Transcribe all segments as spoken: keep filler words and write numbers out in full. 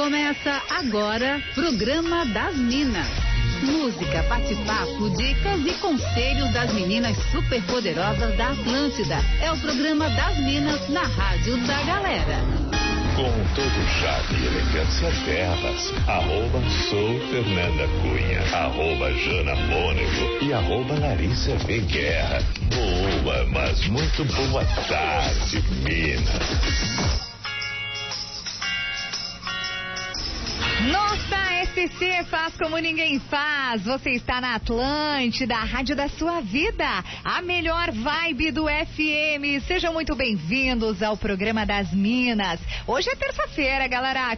Começa agora, Programa das Minas. Música, bate-papo, dicas e conselhos das meninas superpoderosas da Atlântida. É o Programa das Minas na Rádio da Galera. Com todo charme e elegância delas, arroba sou Fernanda Cunha, arroba Jana Mônego e arroba Larissa V. Guerra. Boa, mas muito boa tarde, Minas. Nossa, S C faz como ninguém faz. Você está na Atlântida, a rádio da sua vida, a melhor vibe do F M. Sejam muito bem-vindos ao Programa das Minas. Hoje é terça-feira, galera.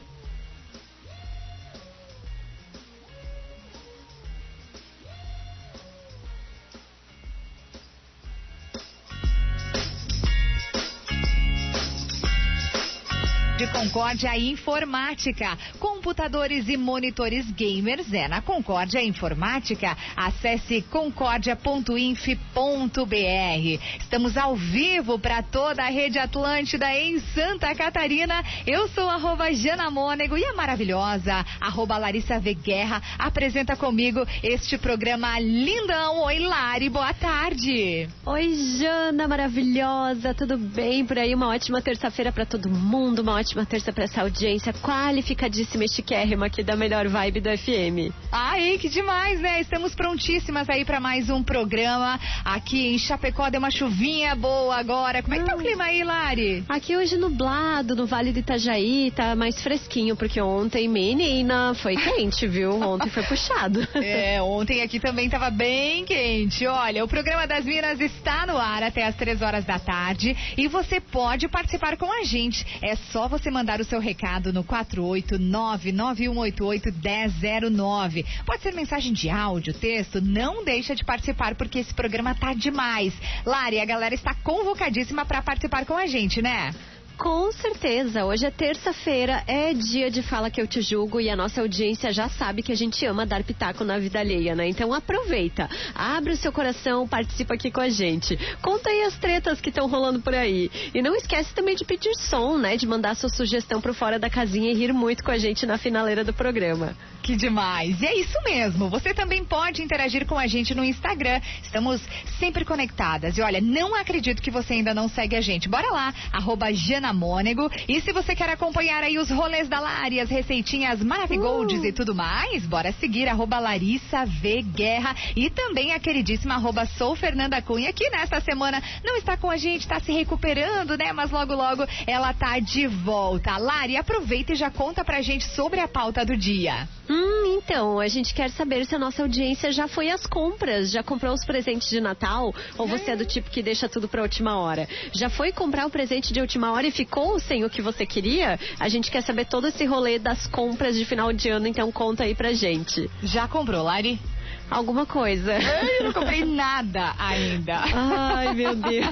De Concórdia Informática, computadores e monitores gamers é na Concórdia Informática. Acesse concórdia ponto inf ponto br. Estamos ao vivo para toda a rede Atlântida em Santa Catarina. Eu sou arroba Jana Mônego e a maravilhosa arroba Larissa V. Guerra apresenta comigo este programa lindão. Oi, Lari, boa tarde. Oi, Jana, maravilhosa, tudo bem por aí? Uma ótima terça-feira para todo mundo, uma ótima Ótima terça para essa audiência qualificadíssima e chiquérrima aqui da melhor vibe do F M. Ai, que demais, né? Estamos prontíssimas aí para mais um programa. Aqui em Chapecó deu uma chuvinha boa agora. Como é que tá o clima aí, Lari? Aqui hoje nublado, no Vale do Itajaí, tá mais fresquinho, porque ontem, menina, foi quente, viu? Ontem foi puxado. É, ontem aqui também tava bem quente. Olha, o Programa das Minas está no ar até as três horas da tarde e você pode participar com a gente. É só você mandar o seu recado no quatro oito nove, nove um oito oito, um zero zero nove. Pode ser mensagem de áudio, texto, não deixa de participar porque esse programa tá demais. Lari, a galera está convocadíssima para participar com a gente, né? Com certeza, hoje é terça-feira, é dia de Fala Que Eu Te Julgo e a nossa audiência já sabe que a gente ama dar pitaco na vida alheia, né? Então aproveita, abre o seu coração, participa aqui com a gente. Conta aí as tretas que estão rolando por aí. E não esquece também de pedir som, né? De mandar sua sugestão pro Fora da Casinha e rir muito com a gente na finaleira do programa. Que demais! E é isso mesmo, você também pode interagir com a gente no Instagram. Estamos sempre conectadas. E olha, não acredito que você ainda não segue a gente. Bora lá, arroba Jana Mônego. E se você quer acompanhar aí os rolês da Lari, as receitinhas Maravigolds uh. e tudo mais, bora seguir arroba Larissa V. Guerra e também a queridíssima arroba Sou Fernanda Cunha, que nesta semana não está com a gente, está se recuperando, né? Mas logo, logo ela tá de volta. Lari, aproveita e já conta pra gente sobre a pauta do dia. Hum, então, a gente quer saber se a nossa audiência já foi às compras, já comprou os presentes de Natal, ou você é do tipo que deixa tudo pra última hora? Já foi comprar o presente de última hora e ficou sem o que você queria? A gente quer saber todo esse rolê das compras de final de ano, então conta aí pra gente. Já comprou, Lari? Alguma coisa. Eu não comprei nada ainda. Ai, meu Deus.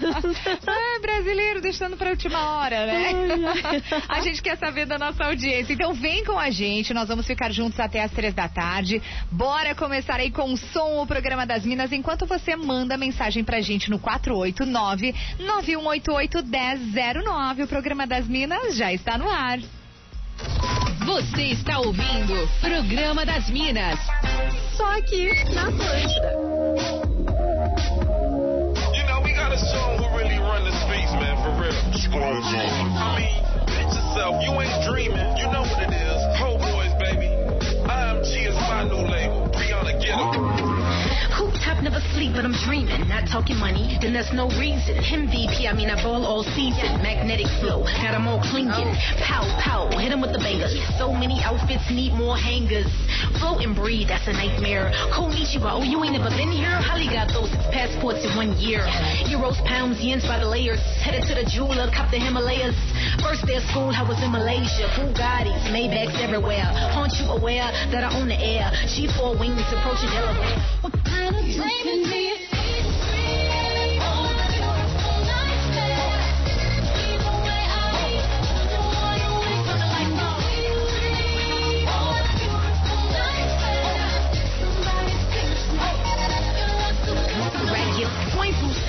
É, brasileiro deixando pra última hora, né? A gente quer saber da nossa audiência. Então vem com a gente, nós vamos ficar juntos até as três da tarde. Bora começar aí com o som, o Programa das Minas, enquanto você manda mensagem pra gente no quatro oito nove, nove um oito oito, um zero zero nove. O Programa das Minas já está no ar. Você está ouvindo Programa das Minas, só aqui na Atlântida. You know, we got a song who really run the streets, man, for real. I mean, bitch yourself, you ain't dreaming, you know what it is. Ho boys, baby. I M G is my new label. Brianna, get em. Hoop top, never sleep, but I'm dreaming. Not talking money, then there's no reason. M V P, I mean, I ball all season. Magnetic flow, got them all clinging. Pow, pow, hit them with the bangers. So many outfits need more hangers. Float and breathe, that's a nightmare. Konnichiwa, oh, you ain't never been here? Holly got those six passports in one year. Euros, pounds, yens by the layers. Headed to the jeweler, cop the Himalayas. First day of school, I was in Malaysia. Bugattis, Maybachs everywhere. Haunt you aware that I own the air. G four wings approaching Delaware. What kind of dreaming do you see?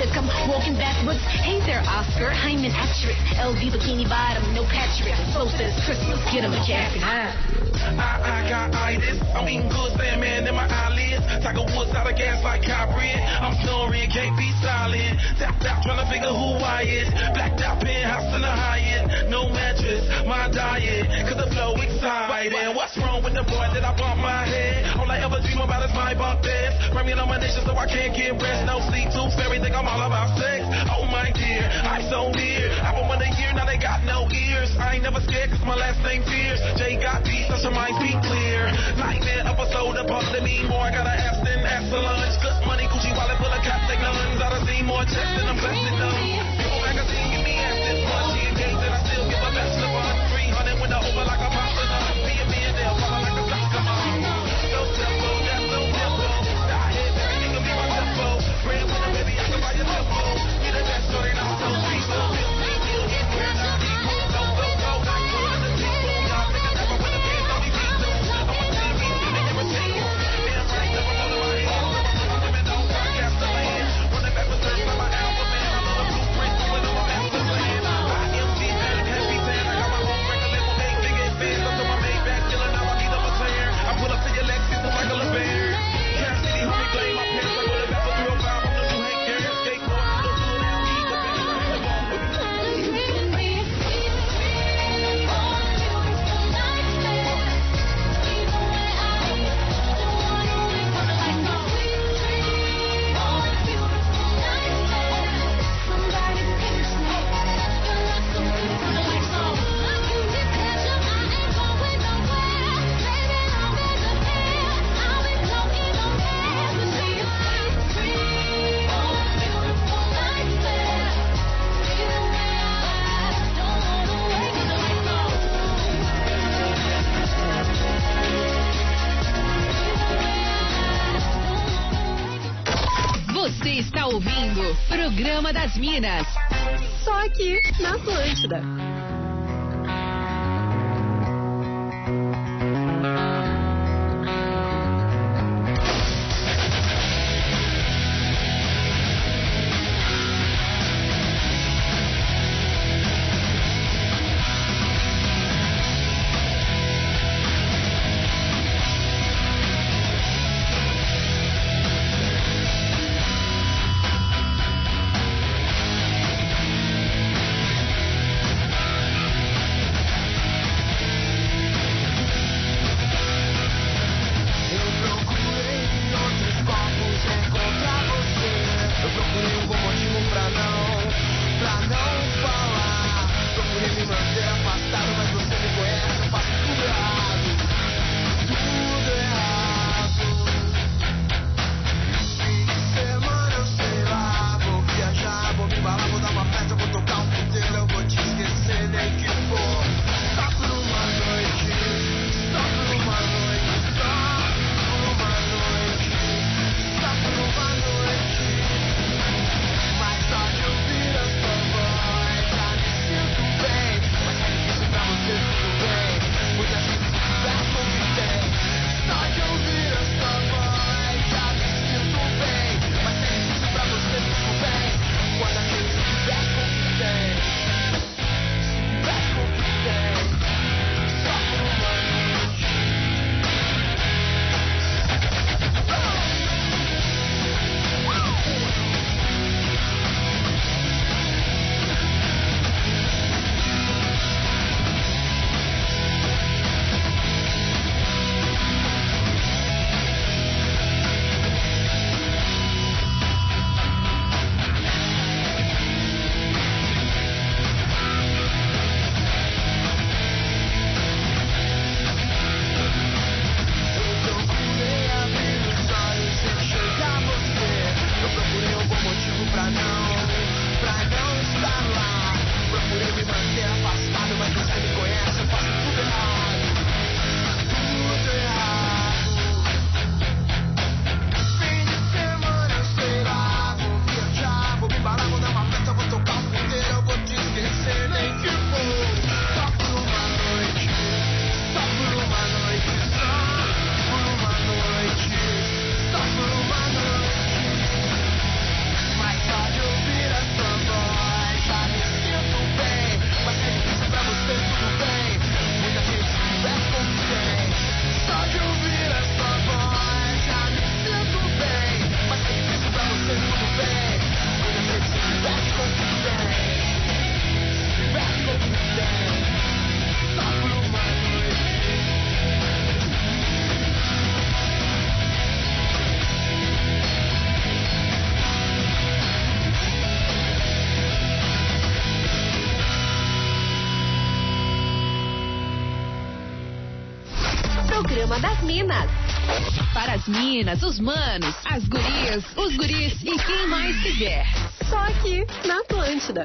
sick, I'm walking backwards. Hey there, Oscar, I'm an actress. L V bikini bottom, no Patrick. Close to this Christmas, get him a jacket. I, I got itis. I'm eating good Sandman in my eyelids. Tiger Woods out of gas like hybrid. I'm snoring, can't be silent. Tapped out, trying to figure who I is. Blacked out penthouse in the Hyatt. No mattress, my diet. Cause the flow exciting. What's wrong with the boy that I bump my head? All I ever dream about is my bunk beds. Bring me nomination so I can't get rest. No sleep, tooth fairy, think I'm all about sex. Oh my dear, I'm so near. Album of the year, now they got no ears. I ain't never scared cause my last name Fierce. Jay got beats, so your mind be clear. Nightmare episode, a part of me more. I got an ass than ass to lunch. Good money, Gucci wallet full of Catholic nuns. I done seen more checks than I'm blessed in them. People magazine give me ass this much. She engaged and I still give a bachelor fund. three hundred with the over like a pasta nut. Be a millionaire, follow like a soccer mom. So simple, that's so simple. Die here, everything can be my tempo. Bread with a baby, I can buy your tempo. Get a best story, now I'm so people. Você está ouvindo Programa das Minas. Só aqui na Atlântida. programa das Minas. Para as minas, os manos, as gurias, os guris e quem mais quiser. Só aqui na Atlântida.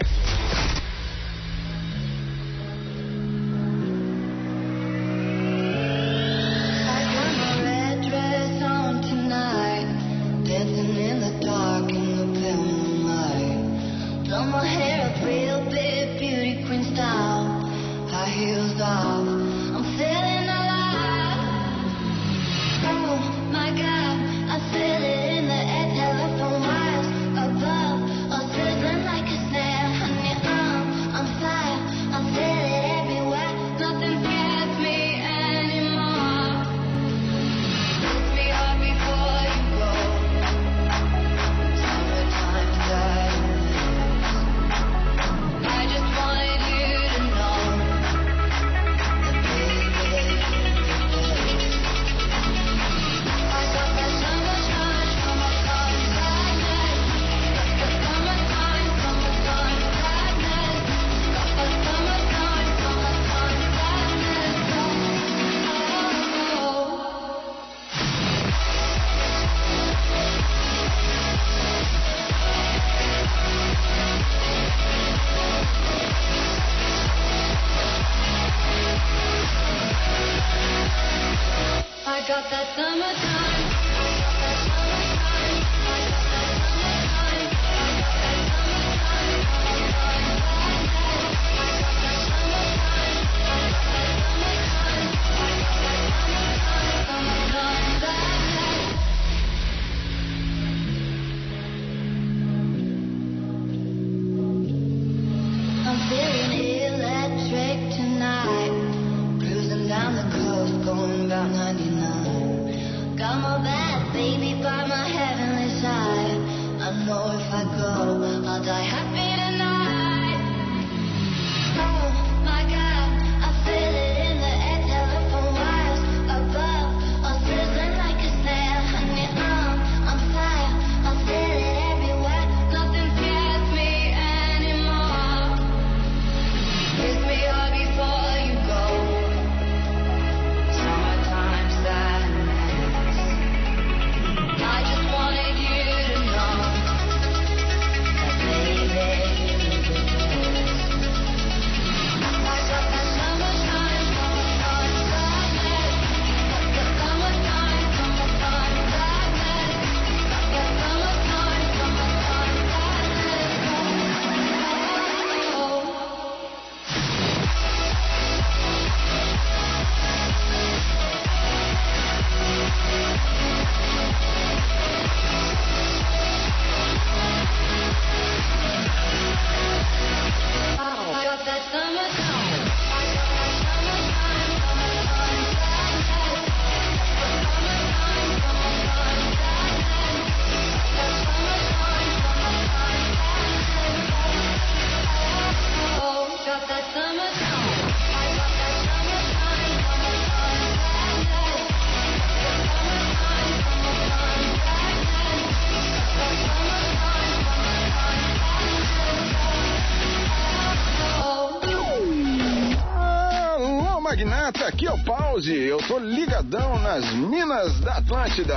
Magnata, aqui é o Pause. Eu tô ligadão nas minas da Atlântida.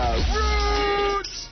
Roots!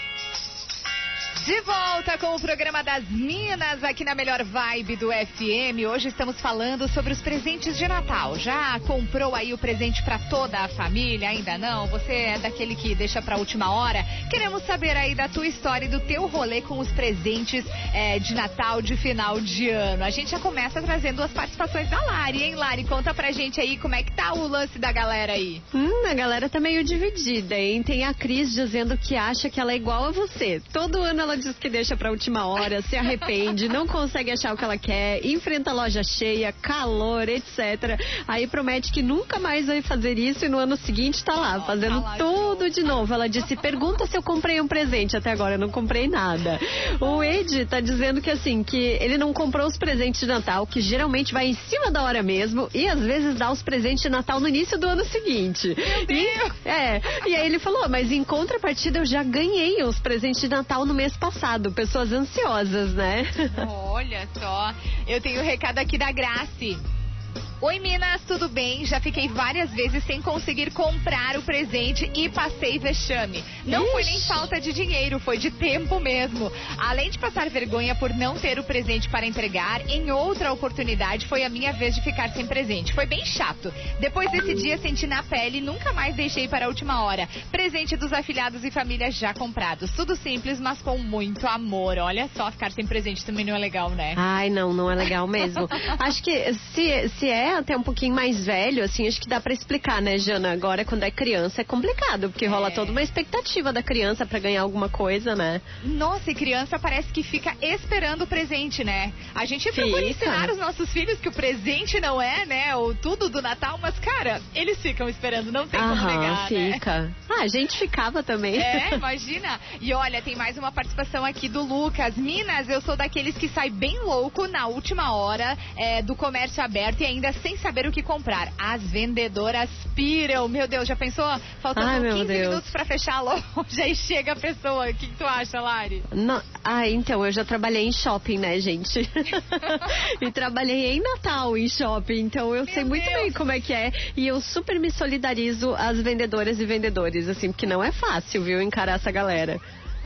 De volta com o programa das Minas aqui na melhor vibe do F M. Hoje estamos falando sobre os presentes de Natal. Já comprou aí o presente para toda a família? Ainda não? Você é daquele que deixa para a última hora? Queremos saber aí da tua história e do teu rolê com os presentes é, de Natal de final de ano. A gente já começa trazendo as participações da Lari, hein, Lari? Conta pra gente aí como é que tá o lance da galera aí. Hum, a galera tá meio dividida, hein? Tem a Cris dizendo que acha que ela é igual a você. Todo ano ela diz que deixa pra última hora, se arrepende, não consegue achar o que ela quer, enfrenta a loja cheia, calor, etcétera. Aí promete que nunca mais vai fazer isso e no ano seguinte tá lá, fazendo tá lá tudo de novo. Ela disse, pergunta se eu comprei um presente. Até agora eu não comprei nada. O Ed tá dizendo que assim, que ele não comprou os presentes de Natal, que geralmente vai em cima da hora mesmo e às vezes dá os presentes de Natal no início do ano seguinte. E, é, e aí ele falou, mas em contrapartida eu já ganhei os presentes de Natal no mês passado. Pessoas ansiosas, né? Olha só, eu tenho o um recado aqui da Grace. Oi, Minas, tudo bem? Já fiquei várias vezes sem conseguir comprar o presente e passei vexame. Não Ixi. Foi nem falta de dinheiro, foi de tempo mesmo. Além de passar vergonha por não ter o presente para entregar, em outra oportunidade foi a minha vez de ficar sem presente. Foi bem chato. Depois desse dia senti na pele e nunca mais deixei para a última hora. Presente dos afilhados e família já comprados. Tudo simples, mas com muito amor. Olha só, ficar sem presente também não é legal, né? Ai, não, não é legal mesmo. Acho que se, se é até um pouquinho mais velho, assim, acho que dá pra explicar, né, Jana? Agora, quando é criança, é complicado, porque é. rola toda uma expectativa da criança pra ganhar alguma coisa, né? Nossa, e criança parece que fica esperando o presente, né? A gente procura ensinar os nossos filhos que o presente não é, né, o tudo do Natal, mas, cara, eles ficam esperando, não tem como Aham, negar, fica. né? Ah, a gente ficava também. É, imagina. E olha, tem mais uma participação aqui do Lucas. Minas, eu sou daqueles que sai bem louco na última hora é, do comércio aberto e ainda sem saber o que comprar. As vendedoras piram. Meu Deus, já pensou? Faltando Ai, quinze Deus. minutos pra fechar a loja e chega a pessoa. O que, que tu acha, Lari? Não, ah, então, eu já trabalhei em shopping, né, gente? E trabalhei em Natal em shopping, então eu Meu sei muito Deus. bem como é que é. E eu super me solidarizo às vendedoras e vendedores, assim, porque não é fácil, viu, encarar essa galera.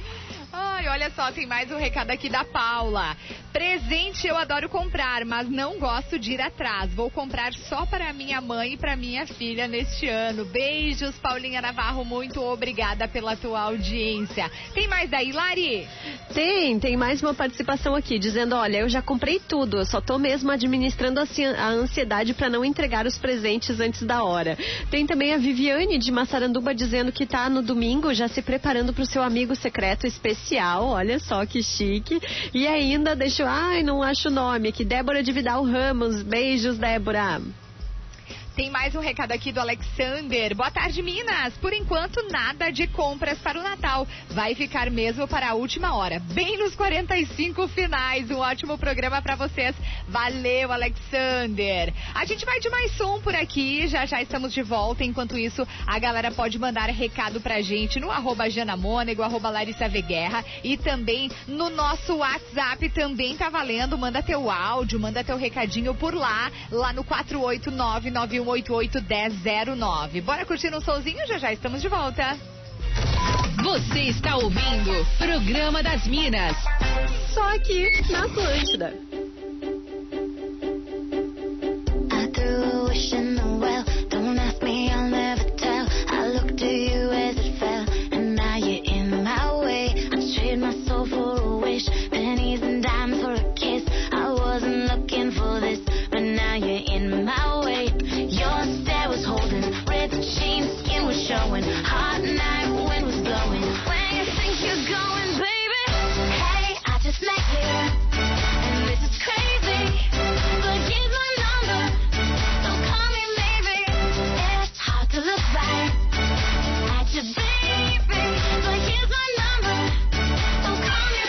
Ai, olha só, tem mais um recado aqui da Paula. Presente eu adoro comprar, mas não gosto de ir atrás. Vou comprar só para minha mãe e para minha filha neste ano. Beijos, Paulinha Navarro, muito obrigada pela tua audiência. Tem mais daí, Lari? Tem, tem mais uma participação aqui, dizendo, olha, eu já comprei tudo, eu só tô mesmo administrando a ansiedade para não entregar os presentes antes da hora. Tem também a Viviane de Massaranduba dizendo que tá no domingo já se preparando pro seu amigo secreto especial. Olha só que chique. E ainda deixou, ai, não acho o nome aqui, Débora de Vidal Ramos. Beijos, Débora. Tem mais um recado aqui do Alexander. Boa tarde, Minas. Por enquanto, nada de compras para o Natal. Vai ficar mesmo para a última hora. Bem nos quarenta e cinco finais. Um ótimo programa para vocês. Valeu, Alexander. A gente vai de mais som por aqui. Já já estamos de volta. Enquanto isso, a galera pode mandar recado pra gente no arroba Jana Mônego, arroba Larissa Veguerra e também no nosso WhatsApp também tá valendo. Manda teu áudio, manda teu recadinho por lá, lá no quatro oito nove, nove um oito oito, um zero zero nove. Bora curtir um solzinho? Já já estamos de volta. Você está ouvindo Programa das Minas. Só aqui na Atlântida. I threw a wish in the well. Don't ask me, I'll never tell. I looked to you as it fell, and now you're in my way. I trade my soul for a wish, pennies and dimes for a kiss. I wasn't looking for this, but now you're in my way. Your stare was holding, ripped jeans, skin was showing. Hot night, wind was blowing. Where you think you're going, baby? Hey, I just met you, and this is crazy. But here's my number, so call me maybe. It's hard to look right at your baby. But here's my number, so call me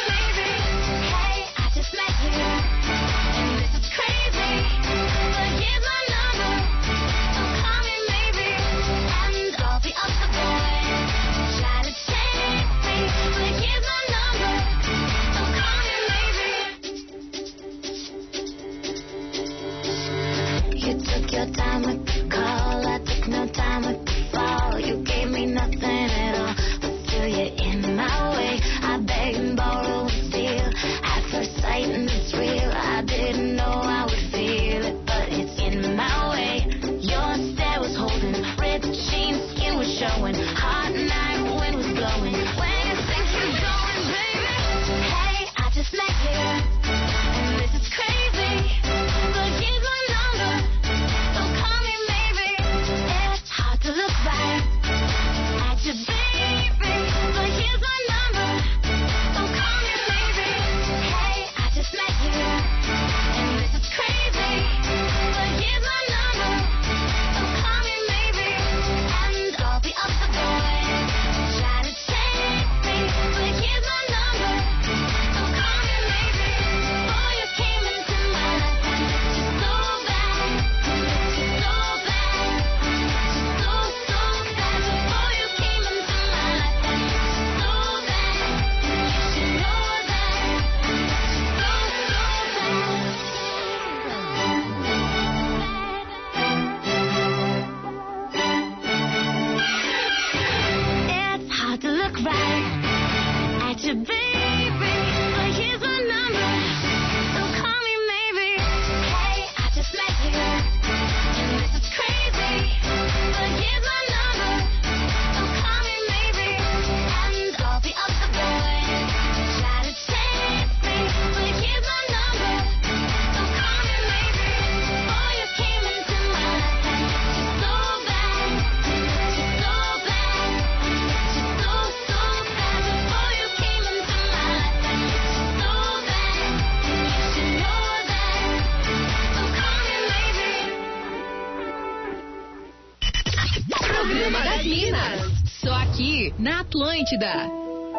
tarde, na Atlântida.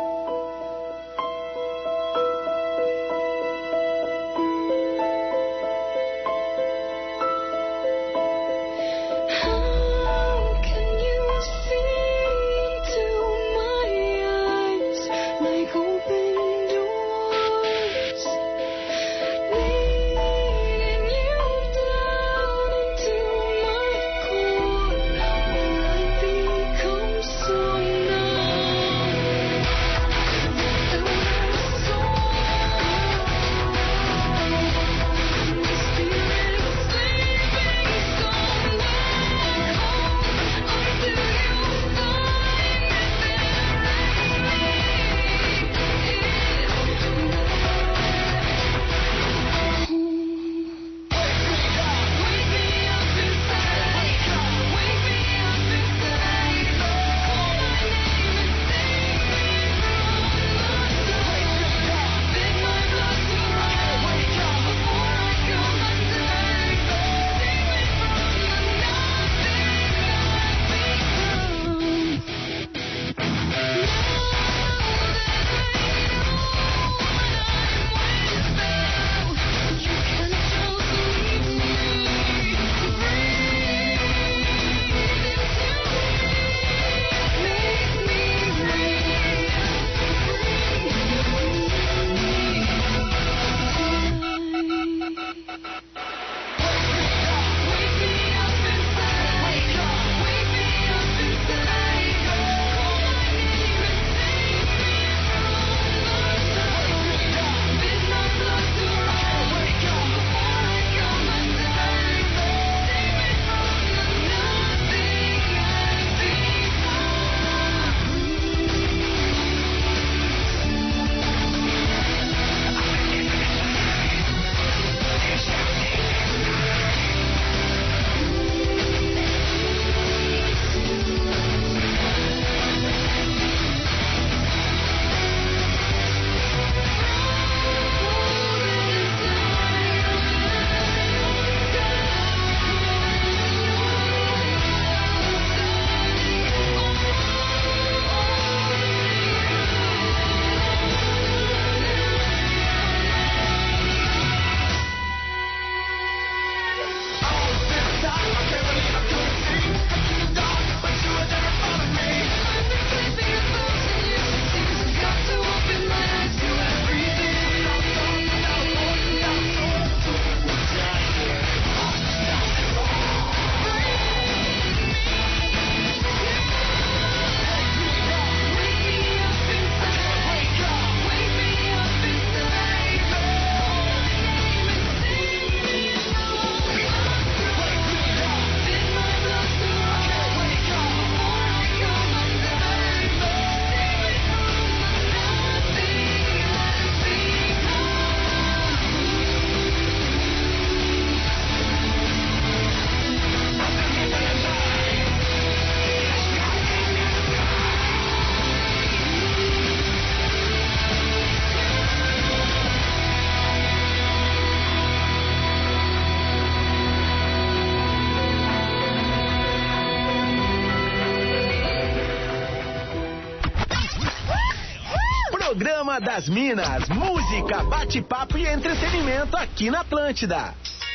Programa das Minas, música, bate-papo e entretenimento aqui na Atlântida.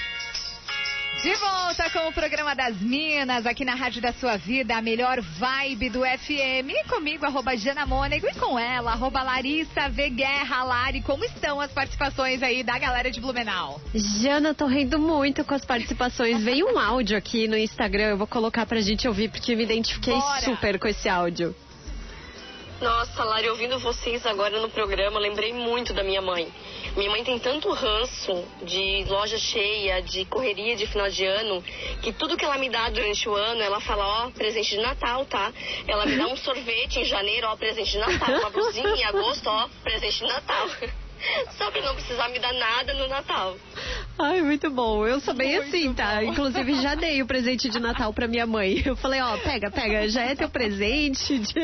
De volta com o Programa das Minas, aqui na Rádio da Sua Vida, a melhor vibe do F M. E comigo, arroba Jana Mônego, e com ela, arroba Larissa V. Guerra. Lari, como estão as participações aí da galera de Blumenau? Jana, tô rindo muito com as participações. Veio um áudio aqui no Instagram, eu vou colocar pra gente ouvir, porque eu me identifiquei Bora. super com esse áudio. Nossa, Lari, ouvindo vocês agora no programa, lembrei muito da minha mãe. Minha mãe tem tanto ranço de loja cheia, de correria de final de ano, que tudo que ela me dá durante o ano, ela fala, ó, presente de Natal, tá? Ela me dá um sorvete em janeiro, ó, presente de Natal. Uma blusinha em agosto, ó, presente de Natal. Só pra não precisar me dar nada no Natal. Ai, muito bom. Eu sou bem Muito assim, tá? bom. Inclusive, já dei o presente de Natal pra minha mãe. Eu falei, ó, pega, pega, já é teu presente. De...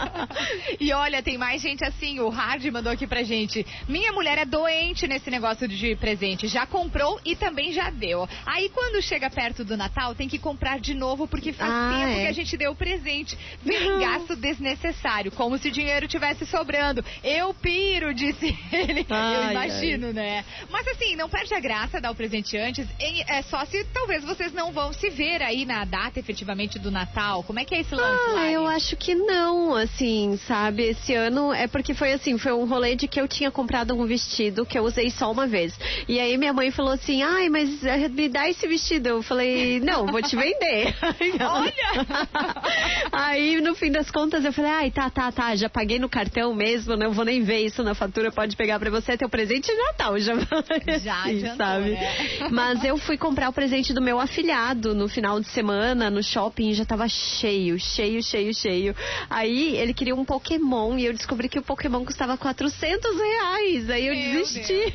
E olha, tem mais gente assim, o Hard mandou aqui pra gente. Minha mulher é doente nesse negócio de presente. Já comprou e também já deu. Aí, quando chega perto do Natal, tem que comprar de novo, porque faz Ah, tempo é. que a gente deu o presente. Vem gasto desnecessário, como se dinheiro tivesse sobrando. Eu piro, disse ele. Ai, Eu imagino, né? Mas assim, não perde a graça dar o presente antes. Em- É só se talvez vocês não vão se ver aí na data efetivamente do Natal. Como é que é esse lance, Ah, Lari? eu acho que não, assim, sabe? Esse ano é porque foi assim, foi um rolê de que eu tinha comprado um vestido que eu usei só uma vez. E aí minha mãe falou assim, ai, mas eh, me dá esse vestido. Eu falei, não, vou te vender. Olha! Aí no fim das contas eu falei, ai, tá, tá, tá, já paguei no cartão mesmo, não vou nem ver isso na fatura, pode pegar pra você, é teu presente de Natal, já Já assim, adiantou, sabe? né? Mas eu fui comprar o presente do meu afilhado no final de semana, no shopping, já tava cheio, cheio, cheio, cheio. Aí ele queria um Pokémon e eu descobri que o Pokémon custava quatrocentos reais. Aí eu Meu desisti. Deus.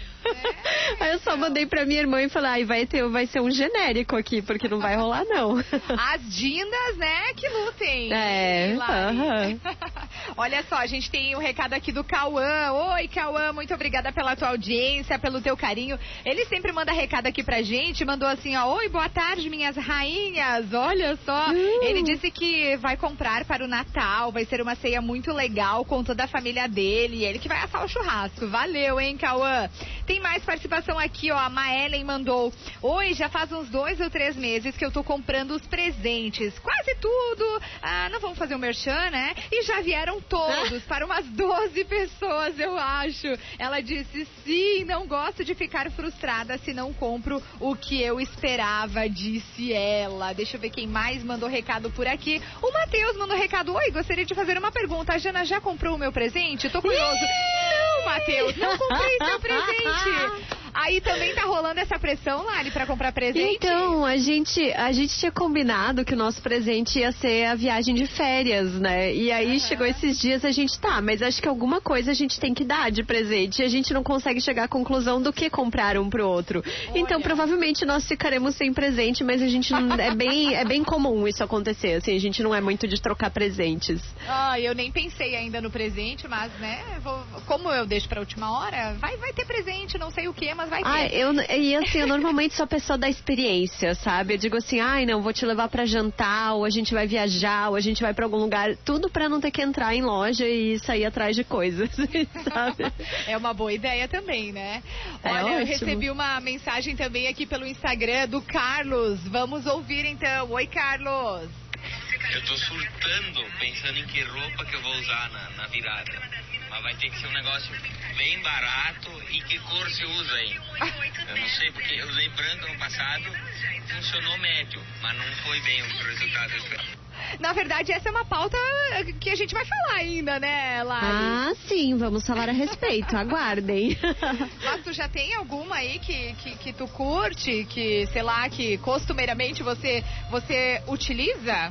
Aí eu só mandei pra minha irmã e falei, ai, vai, ter, vai ser um genérico aqui, porque não vai rolar não. As dindas, né, que lutem. É, Lari. aham. Olha só, a gente tem um recado aqui do Cauã. Oi, Cauã, muito obrigada pela tua audiência, pelo teu carinho. Ele sempre manda recado aqui pra gente, mandou assim, ó, oi, boa tarde, minhas rainhas. Olha só, Uh. ele disse que vai comprar para o Natal, vai ser uma ceia muito legal com toda a família dele, e ele que vai assar o churrasco. Valeu, hein, Cauã? Tem mais participação aqui, ó, a Maelen mandou. Oi, já faz uns dois ou três meses que eu tô comprando os presentes, quase tudo. Ah, não vamos fazer um merchan, né? E já vieram todos, para umas doze pessoas, eu acho. Ela disse, sim, não gosto de ficar frustrada se não compro o que eu esperava, disse ela. Deixa eu ver quem mais mandou recado por aqui. O Matheus mandou recado. Oi, gostaria de fazer uma pergunta. A Jana já comprou o meu presente? Tô curioso. Não, Matheus, não comprei seu presente. Aí também tá rolando essa pressão, Lari, pra comprar presente? Então, a gente, a gente tinha combinado que o nosso presente ia ser a viagem de férias, né? E aí Uhum. chegou esses dias, a gente tá, mas acho que alguma coisa a gente tem que dar de presente. E a gente não consegue chegar à conclusão do que comprar um pro outro. Olha. Então, provavelmente nós ficaremos sem presente, mas a gente não. É bem, é bem comum isso acontecer, assim, a gente não é muito de trocar presentes. Ah, eu nem pensei ainda no presente, mas, né, vou- como eu deixo pra última hora, vai, vai ter presente, não sei o que, mas vai ter. Ah, eu, e assim, eu normalmente sou a pessoa da experiência, sabe? Eu digo assim, ai, não, vou te levar pra jantar, ou a gente vai viajar, ou a gente vai pra algum lugar, tudo pra não ter que entrar em loja e sair atrás de coisas, sabe? É uma boa ideia também, né? É Olha, eu ótimo. recebi uma mensagem também aqui pelo Instagram do Carlos. Vamos ouvir então. Oi, Carlos. Eu tô surtando, pensando em que roupa que eu vou usar na, na virada. Mas vai ter que ser um negócio bem barato. E que cor se usa aí? Eu não sei, porque eu usei branco no passado, funcionou médio, mas não foi bem o resultado que eu esperava. Na verdade, essa é uma pauta que a gente vai falar ainda, né, Lari? Ah, sim, vamos falar a respeito, aguardem. Mas tu já tem alguma aí que, que, que tu curte, que, sei lá, que costumeiramente você, você utiliza?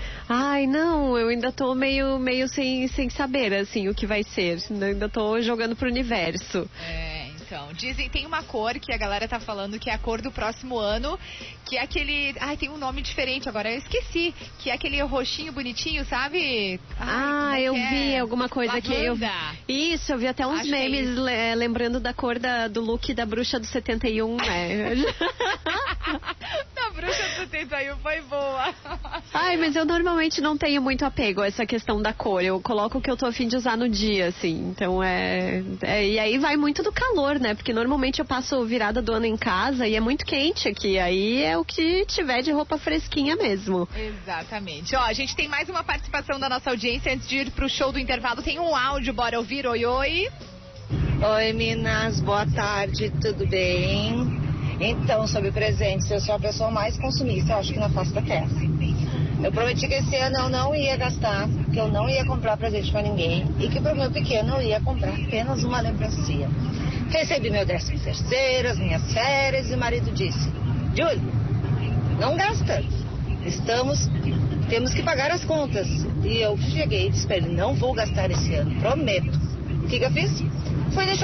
Ai, não, eu ainda tô meio, meio sem, sem saber, assim, o que vai ser. Eu ainda tô jogando pro universo. É, então, dizem, tem uma cor que a galera tá falando que é a cor do próximo ano, que é aquele, ai, tem um nome diferente agora, eu esqueci, que é aquele roxinho bonitinho, sabe? Ai, Ah, como é eu que é? vi alguma coisa aqui. Eu... Lavanda. Isso, eu vi até uns Acho que é memes isso. le- lembrando da cor da, do look da bruxa do setenta e um, né? Da bruxa do setenta e um foi boa. Ai, mas eu normalmente não tenho muito apego a essa questão da cor. Eu coloco o que eu tô a fim de usar no dia, assim. Então é, é. E aí vai muito do calor, né? Porque normalmente eu passo virada do ano em casa e é muito quente aqui. Aí é o que tiver de roupa fresquinha mesmo. Exatamente. Ó, a gente tem mais uma participação da nossa audiência antes de ir pro show do intervalo. Tem um áudio, bora ouvir. Oi, oi. Oi, Minas, boa tarde, tudo bem? Então, sobre presentes, eu sou a pessoa mais consumista, eu acho que na face da terra. Eu prometi que esse ano eu não ia gastar, que eu não ia comprar presente pra ninguém e que pro meu pequeno eu ia comprar apenas uma lembrancinha. Recebi meu décimo terceiro, as minhas férias e o marido disse, Júlio, não gasta, estamos, temos que pagar as contas. E eu cheguei e disse pra ele, não vou gastar esse ano, prometo. O que que eu fiz? Fui no shopping,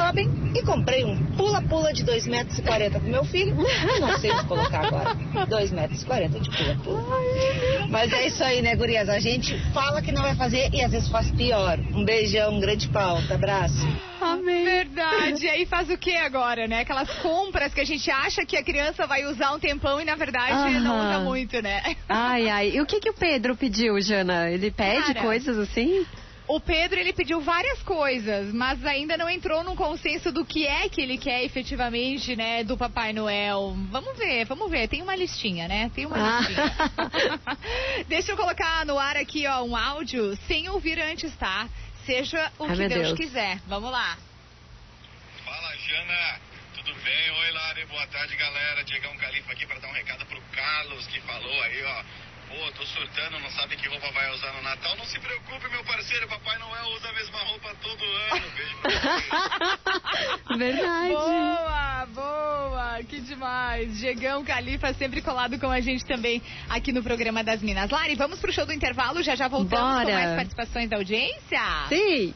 E comprei um pula-pula de dois metros e quarenta pro meu filho. Eu não sei onde colocar agora. dois metros e quarenta de pula-pula. Mas é isso aí, né, gurias? A gente fala que não vai fazer e às vezes faz pior. Um beijão, um grande pauta. Abraço. Amém. Verdade. E aí faz o que agora, né? Aquelas compras que a gente acha que a criança vai usar um tempão e na verdade Aham. não usa muito, né? Ai, ai. E o que que o Pedro pediu, Jana? Ele pede Cara, coisas assim? O Pedro, ele pediu várias coisas, mas ainda não entrou num consenso do que é que ele quer efetivamente, né, do Papai Noel. Vamos ver, vamos ver. Tem uma listinha, né? Tem uma Ah. listinha. Deixa eu colocar no ar aqui, ó, um áudio sem ouvir antes, tá? Seja o Ai, que meu Deus, Deus. quiser. Vamos lá. Fala, Jana. Tudo bem? Oi, Lari. Boa tarde, galera. Diegão Califa aqui para dar um recado pro Carlos, que falou aí, ó. Pô, tô surtando, não sabe que roupa vai usar no Natal? Não se preocupe, meu parceiro. Papai Noel usa a mesma roupa todo ano. Beijo pra vocês. Verdade. Boa, boa, que demais. Diegão Califa sempre colado com a gente também aqui no programa das Minas. Lari, vamos pro show do intervalo, já já voltamos Bora. com mais participações da audiência? Sim.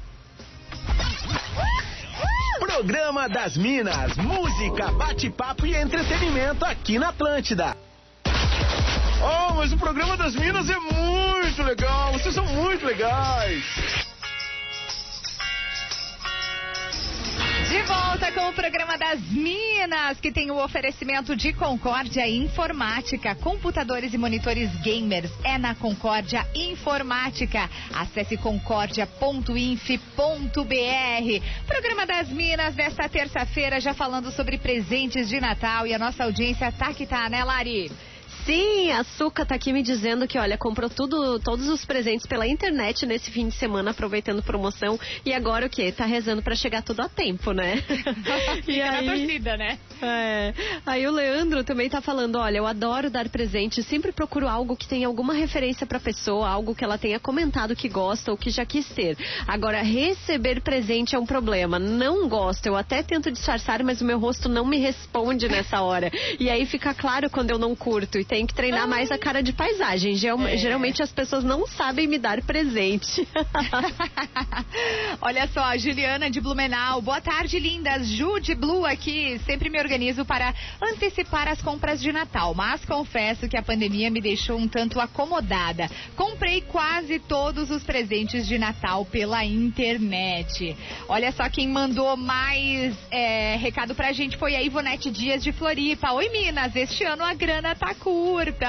Programa das Minas, música, bate-papo e entretenimento aqui na Atlântida. Oh, mas o programa das Minas é muito legal. Vocês são muito legais. De volta com o programa das Minas, que tem o oferecimento de Concórdia Informática, computadores e monitores gamers. É na Concórdia Informática. Acesse concórdia ponto inf ponto br. Programa das Minas desta terça-feira, já falando sobre presentes de Natal, e a nossa audiência tá que tá, né, Lari? Sim, a Suca tá aqui me dizendo que, olha, comprou tudo, todos os presentes pela internet nesse fim de semana, aproveitando promoção. E agora o quê? Tá rezando pra chegar tudo a tempo, né? Fica E na aí- torcida, né? É. Aí o Leandro também tá falando, olha, eu adoro dar presente, sempre procuro algo que tenha alguma referência pra pessoa, algo que ela tenha comentado que gosta ou que já quis ter. Agora, receber presente é um problema. Não gosto, eu até tento disfarçar, mas o meu rosto não me responde nessa hora. E aí fica claro quando eu não curto. E tem que treinar mais a cara de paisagem. Geral- É. Geralmente as pessoas não sabem me dar presente. Olha só, Juliana de Blumenau. Boa tarde, lindas. Ju de Blue aqui. Sempre me organizo para antecipar as compras de Natal, mas confesso que a pandemia me deixou um tanto acomodada. Comprei quase todos os presentes de Natal pela internet. Olha só quem mandou mais é, recado pra gente foi a Ivonete Dias de Floripa. Oi, Minas, este ano a grana tá curta.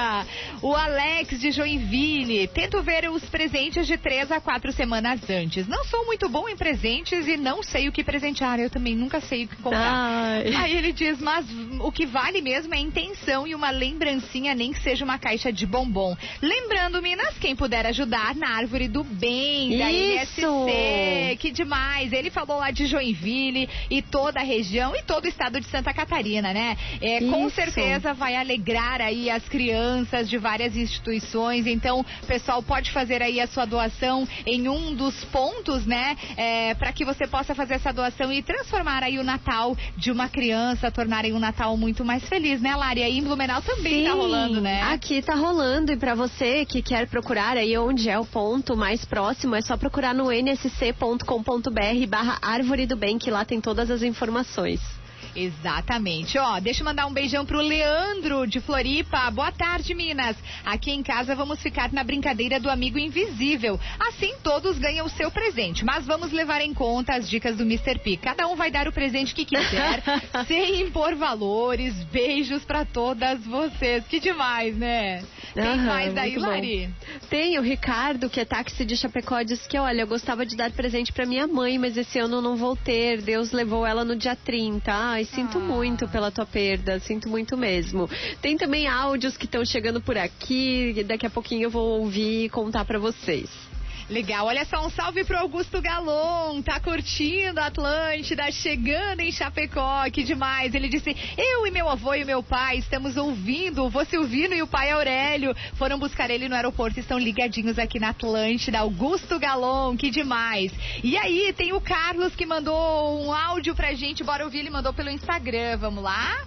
O Alex de Joinville. Tento ver os presentes de três a quatro semanas antes. Não sou muito bom em presentes e não sei o que presentear. Eu também nunca sei o que comprar. Ai. Aí ele diz, mas o que vale mesmo é a intenção e uma lembrancinha, nem que seja uma caixa de bombom. Lembrando, Minas, quem puder ajudar na Árvore do Bem, da N S Isso. C. Que demais. Ele falou lá de Joinville e toda a região e todo o estado de Santa Catarina, né? É, com Isso. certeza vai alegrar aí as crianças de várias instituições. Então, o pessoal pode fazer aí a sua doação em um dos pontos, né? É, para que você possa fazer essa doação e transformar aí o Natal de uma criança, tornar aí um Natal muito mais feliz, né, Lari? Aí em Blumenau também Sim, tá rolando, né? Aqui tá rolando, e pra você que quer procurar aí onde é o ponto mais próximo, é só procurar no n s c ponto com ponto b r barra Árvore do Bem, que lá tem todas as informações. Exatamente. Ó, deixa eu mandar um beijão pro Leandro de Floripa. Boa tarde, Minas. Aqui em casa vamos ficar na brincadeira do amigo invisível. Assim todos ganham o seu presente, mas vamos levar em conta as dicas do mister P. Cada um vai dar o presente que quiser, sem impor valores. Beijos pra todas vocês. Que demais, né? Tem Aham, mais daí, muito bom. Lari? Tem o Ricardo, que é táxi de Chapecó, diz que, olha, eu gostava de dar presente pra minha mãe, mas esse ano eu não vou ter. Deus levou ela no dia trinta. Ai, sinto Ah. muito pela tua perda, sinto muito mesmo. Tem também áudios que estão chegando por aqui, e daqui a pouquinho eu vou ouvir e contar pra vocês. Legal, olha só, um salve pro Augusto Galon, tá curtindo a Atlântida, chegando em Chapecó, que demais. Ele disse, eu e meu avô e meu pai estamos ouvindo, o vô Silvino e o pai Aurélio foram buscar ele no aeroporto, estão ligadinhos aqui na Atlântida. Augusto Galon, que demais. E aí, tem o Carlos que mandou um áudio pra gente, bora ouvir, ele mandou pelo Instagram, vamos lá?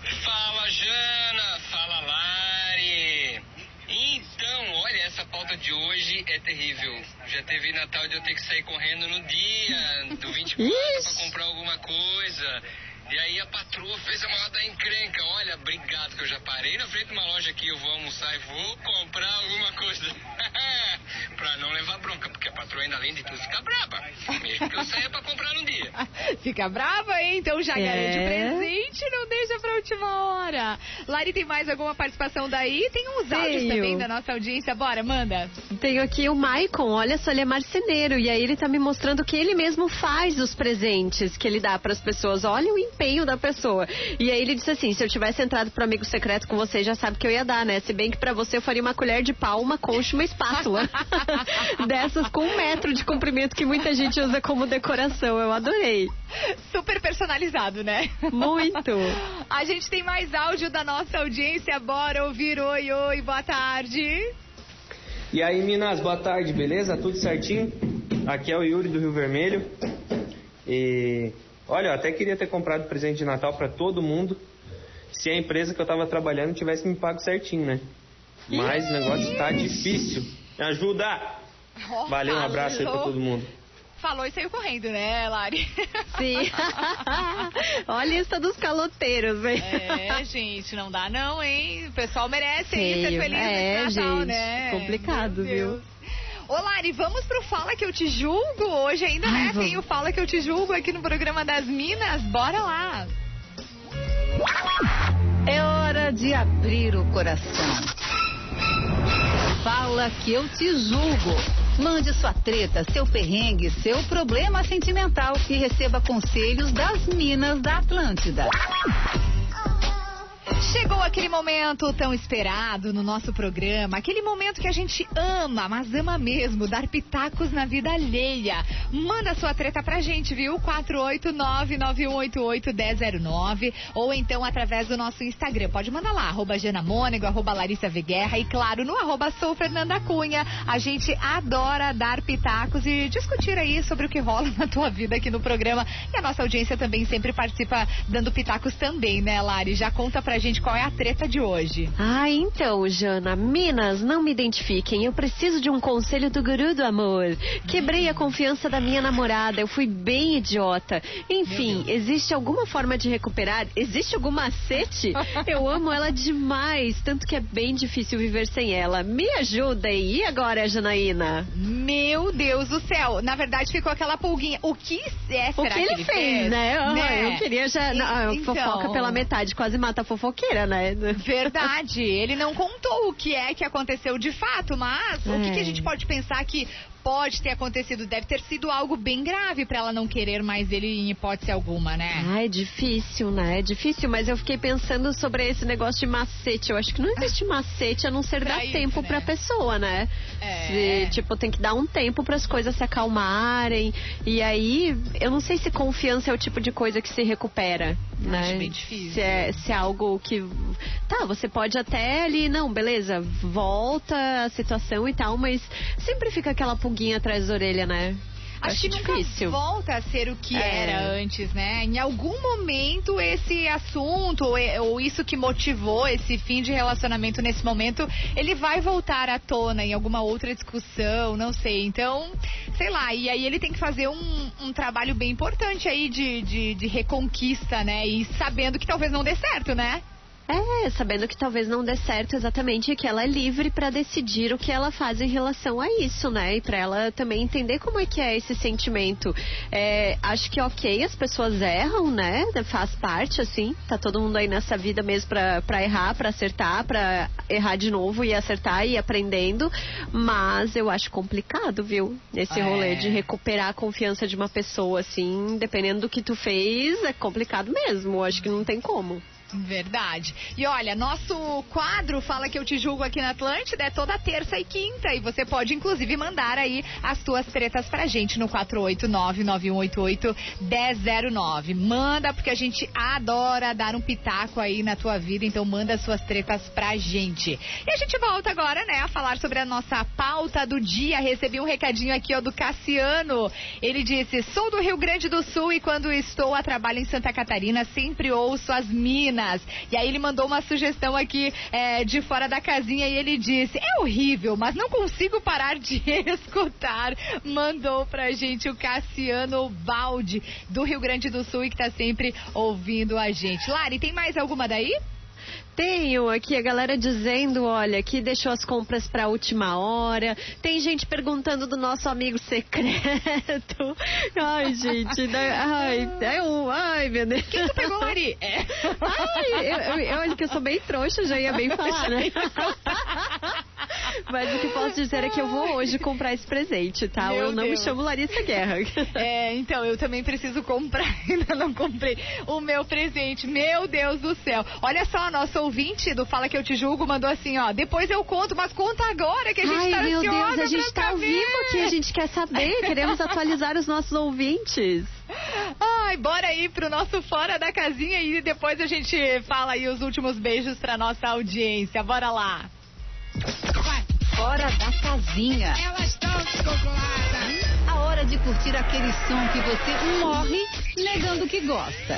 Fala, Jana, fala, Lari. Então, olha, essa pauta de hoje é terrível. Já teve Natal de eu ter que sair correndo no dia do vinte e quatro pra comprar alguma coisa. E aí a patroa fez a maior da encrenca. Olha, obrigado que eu já parei na frente de uma loja aqui, eu vou almoçar e vou comprar alguma coisa. Pra não levar bronca, porque a patroa ainda além de tudo fica brava. Mesmo que eu saia pra comprar no dia. Fica brava, hein? Então já É. garante o presente, não deixa pra última hora. Lari, tem mais alguma participação daí? Tem uns áudios Tenho. também da nossa audiência. Bora, manda. Tenho aqui o Maicon, olha só, ele é marceneiro e aí ele tá me mostrando que ele mesmo faz os presentes que ele dá pras pessoas. Olha o empenho da pessoa. E aí ele disse assim, se eu tivesse entrado pro amigo secreto com você, já sabe que eu ia dar, né? Se bem que pra você eu faria uma colher de pau, uma concha e uma espátula. Dessas com um metro de comprimento que muita gente usa como decoração. Eu adorei. Super personalizado, né? Muito. A gente tem mais áudio da nossa audiência. Bora ouvir. Oi, oi, boa tarde. E aí, Minas, boa tarde, beleza? Tudo certinho? Aqui é o Yuri do Rio Vermelho. E olha, eu até queria ter comprado presente de Natal pra todo mundo se a empresa que eu tava trabalhando tivesse me pago certinho, né? Mas o negócio tá difícil. Me ajuda! Oh, Valeu, um abraço aí pra todo mundo. Falou e saiu correndo, né, Lari? Sim. Olha a lista dos caloteiros, hein? É, gente, não dá não, hein? O pessoal merece aí ser Feio. feliz É, nesse Natal, gente, né? complicado, Meu viu? Deus. Ô, Lari, vamos pro Fala Que Eu Te Julgo hoje ainda, né? Ai, Tem o Fala Que Eu Te Julgo aqui no programa das Minas. Bora lá! É hora de abrir o coração. Fala Que Eu Te Julgo. Mande sua treta, seu perrengue, seu problema sentimental e receba conselhos das Minas da Atlântida. Chegou aquele momento tão esperado no nosso programa, aquele momento que a gente ama, mas ama mesmo, dar pitacos na vida alheia. Manda sua treta pra gente, viu? quatro oito nove, nove um oito oito, um zero zero nove ou então através do nosso Instagram. Pode mandar lá, arroba Jana Mônego, arroba Larissa Veguerra e claro, no arroba Sou Fernanda Cunha. A gente adora dar pitacos e discutir aí sobre o que rola na tua vida aqui no programa. E a nossa audiência também sempre participa dando pitacos também, né, Lari? Já conta pra gente qual é a treta de hoje. Ah, então, Jana, Minas, não me identifiquem. Eu preciso de um conselho do guru do amor. Quebrei a confiança da minha namorada, eu fui bem idiota. Enfim, existe alguma forma de recuperar? Existe algum macete? Eu amo ela demais, tanto que é bem difícil viver sem ela. Me ajudem. E agora, Janaína? Meu Deus do céu. Na verdade, ficou aquela pulguinha. O que é, será O que ele, que ele fez, fez? né? Ah, né? Eu queria já... Não, Então... fofoca pela metade, quase mata a fofoqueira, né? Verdade. Ele não contou o que é que aconteceu de fato, mas o que, que a gente pode pensar que pode ter acontecido? Deve ter sido algo bem grave pra ela não querer mais ele em hipótese alguma, né? Ah, é difícil, né? É difícil, mas eu fiquei pensando sobre esse negócio de macete. Eu acho que não existe macete a não ser Pra dar isso, tempo né? pra pessoa, né? É. Se, tipo, tem que dar um tempo para as coisas se acalmarem. E aí, eu não sei se confiança é o tipo de coisa que se recupera, né? Acho bem difícil. Se é, se é algo que... Tá, você pode até ali, não, beleza, volta a situação e tal, mas sempre fica aquela pulguinha atrás da orelha, né? Acho que nunca difícil. volta a ser o que É. era antes, né? Em algum momento esse assunto ou, ou isso que motivou esse fim de relacionamento nesse momento, ele vai voltar à tona em alguma outra discussão, não sei. Então, sei lá, e aí ele tem que fazer um, um trabalho bem importante aí de, de, de reconquista, né? E sabendo que talvez não dê certo, né? É, sabendo que talvez não dê certo exatamente, e que ela é livre pra decidir o que ela faz em relação a isso, né? E pra ela também entender como é que é esse sentimento. É, acho que ok, as pessoas erram, né? Faz parte, assim. Tá todo mundo aí nessa vida mesmo pra, pra errar, pra acertar, pra errar de novo e acertar e ir aprendendo. Mas eu acho complicado, viu? Esse É. rolê de recuperar a confiança de uma pessoa, assim, dependendo do que tu fez, é complicado mesmo. Eu acho que não tem como. Verdade. E olha, nosso quadro Fala Que Eu Te Julgo aqui na Atlântida é toda terça e quinta. E você pode, inclusive, mandar aí as tuas tretas pra gente no quatro oito nove, nove um oito oito, um zero zero nove. Manda, porque a gente adora dar um pitaco aí na tua vida. Então manda as suas tretas pra gente. E a gente volta agora, né, a falar sobre a nossa pauta do dia. Recebi um recadinho aqui, ó, do Cassiano. Ele disse: sou do Rio Grande do Sul e quando estou a trabalho em Santa Catarina, sempre ouço as Minas. Minas. E aí ele mandou uma sugestão aqui é, de fora da casinha e ele disse: é horrível, mas não consigo parar de escutar. Mandou pra gente o Cassiano Baldi, do Rio Grande do Sul, e que tá sempre ouvindo a gente. Lari, tem mais alguma daí? Tenho aqui a galera dizendo, olha, que deixou as compras pra última hora. Tem gente perguntando do nosso amigo secreto. Ai, gente, né? Ai, é um, ai, meu Deus. Quem tu pegou, Lari? É. Ai, eu, eu, eu, olha que eu sou bem trouxa, já ia bem falar, né? Mas o que posso dizer é que eu vou hoje comprar esse presente, tá? Meu eu não Deus. me chamo Larissa Guerra. É, então, eu também preciso comprar, ainda não comprei o meu presente. Meu Deus do céu. Olha só, a nossa ouvinte do Fala Que Eu Te Julgo mandou assim, ó, depois eu conto, mas conta agora que a gente Ai, tá meu ansiosa Deus, a gente pra tá ao saber. vivo aqui, a gente quer saber, queremos atualizar os nossos ouvintes. Ai, bora aí pro nosso Fora da Casinha e depois a gente fala aí os últimos beijos pra nossa audiência. Bora lá. Fora da Casinha. Elas estão descongeladas. A hora de curtir aquele som que você morre negando que gosta.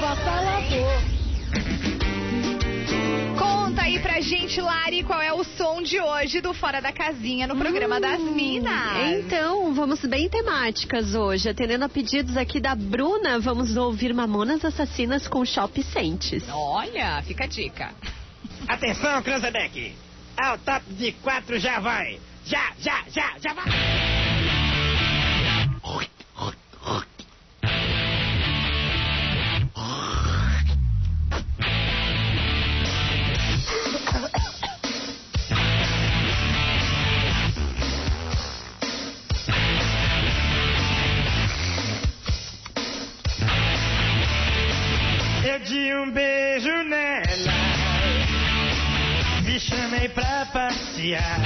Conta aí pra gente, Lari, qual é o som de hoje do Fora da Casinha no programa Hum, das Minas. Então, vamos bem temáticas hoje. Atendendo a pedidos aqui da Bruna, vamos ouvir Mamonas Assassinas com Shop Sentes. Olha, fica a dica. Atenção, Cranzebeck. Ao top de quatro já vai. Já, já, já, já vai. Eu dei um beijo nela, me chamei pra passear.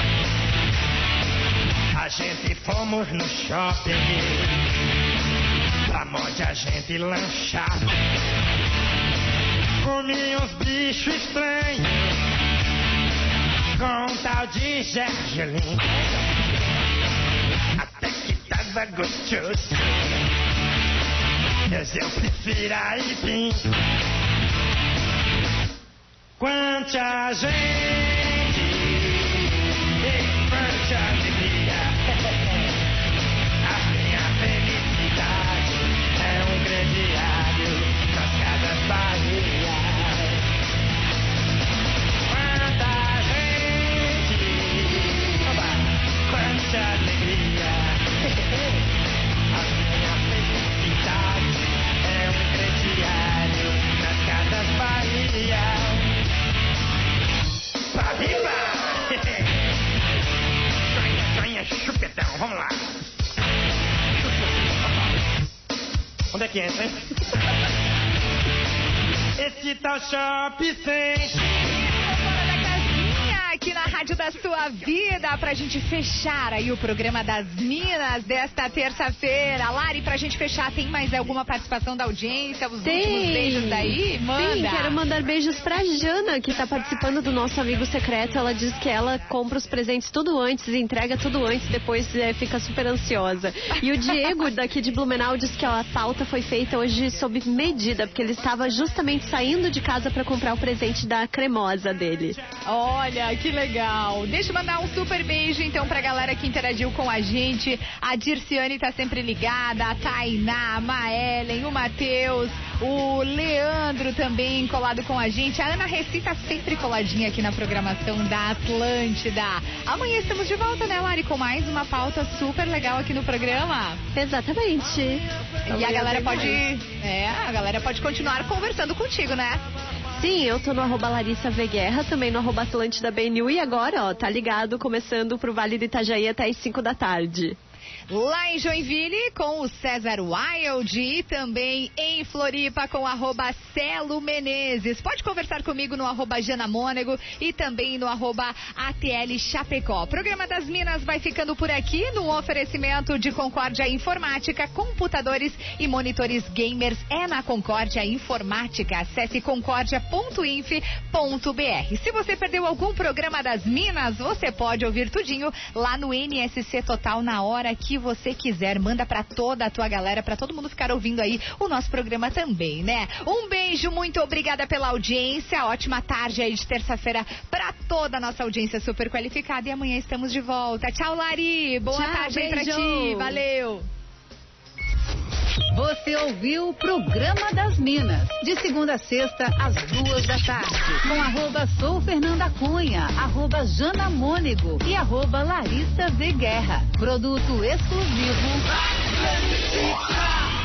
A gente fomos no shopping, pra onde a gente lanchar. Comi uns bichos estranhos, com um tal de gergelim. Até que tava gostoso, mas eu prefiro aipim. Quanta gente e quanta alegria. A minha felicidade é um crediário nas casas Bahia. Quanta gente, oba, quanta alegria. A minha felicidade é um crediário nas casas Bahia. Pra riba! Sonha, sonha, chupetão, vamos lá! Onde é que entra, hein? Esse tal Shop Sente. Aqui na Rádio da Sua Vida, pra gente fechar aí o programa das Minas desta terça-feira. Lari, pra gente fechar, tem mais alguma participação da audiência? Os Tem. últimos beijos daí? Manda. Sim, quero mandar beijos pra Jana, que tá participando do nosso amigo secreto. Ela diz que ela compra os presentes tudo antes, entrega tudo antes, depois é, fica super ansiosa. E o Diego, daqui de Blumenau, diz que a pauta foi feita hoje sob medida, porque ele estava justamente saindo de casa pra comprar o presente da cremosa dele. Olha, que legal. Deixa eu mandar um super beijo, então, pra galera que interagiu com a gente. A Dirciane tá sempre ligada, a Tainá, a Maelen, o Matheus, o Leandro também colado com a gente. A Ana Reci tá sempre coladinha aqui na programação da Atlântida. Amanhã estamos de volta, né, Lari, com mais uma pauta super legal aqui no programa. Exatamente. E a galera pode, é, a galera pode continuar conversando contigo, né? Sim, eu tô no arroba Larissa V Guerra, também no arroba Atlântida B N U e agora, ó, tá ligado, começando pro Vale do Itajaí até as cinco da tarde. Lá em Joinville com o César Wild e também em Floripa com o arroba Celo Menezes. Pode conversar comigo no arroba Jana Mônego e também no arroba A T L Chapecó. O programa das Minas vai ficando por aqui no oferecimento de Concórdia Informática, computadores e monitores gamers é na Concórdia Informática. Acesse concórdia ponto inf ponto b r. Se você perdeu algum programa das Minas, você pode ouvir tudinho lá no N S C Total na hora que você quiser. Manda pra toda a tua galera, pra todo mundo ficar ouvindo aí o nosso programa também, né? Um beijo, muito obrigada pela audiência. Ótima tarde aí de terça-feira pra toda a nossa audiência super qualificada. E amanhã estamos de volta. Tchau, Lari. Boa Tchau, tarde aí pra beijo. ti. Valeu. Você ouviu o Programa das Minas, de segunda a sexta, às duas da tarde, com arroba Sou Fernanda Cunha, arroba Jana Mônego e arroba Larissa V. Guerra. Produto exclusivo.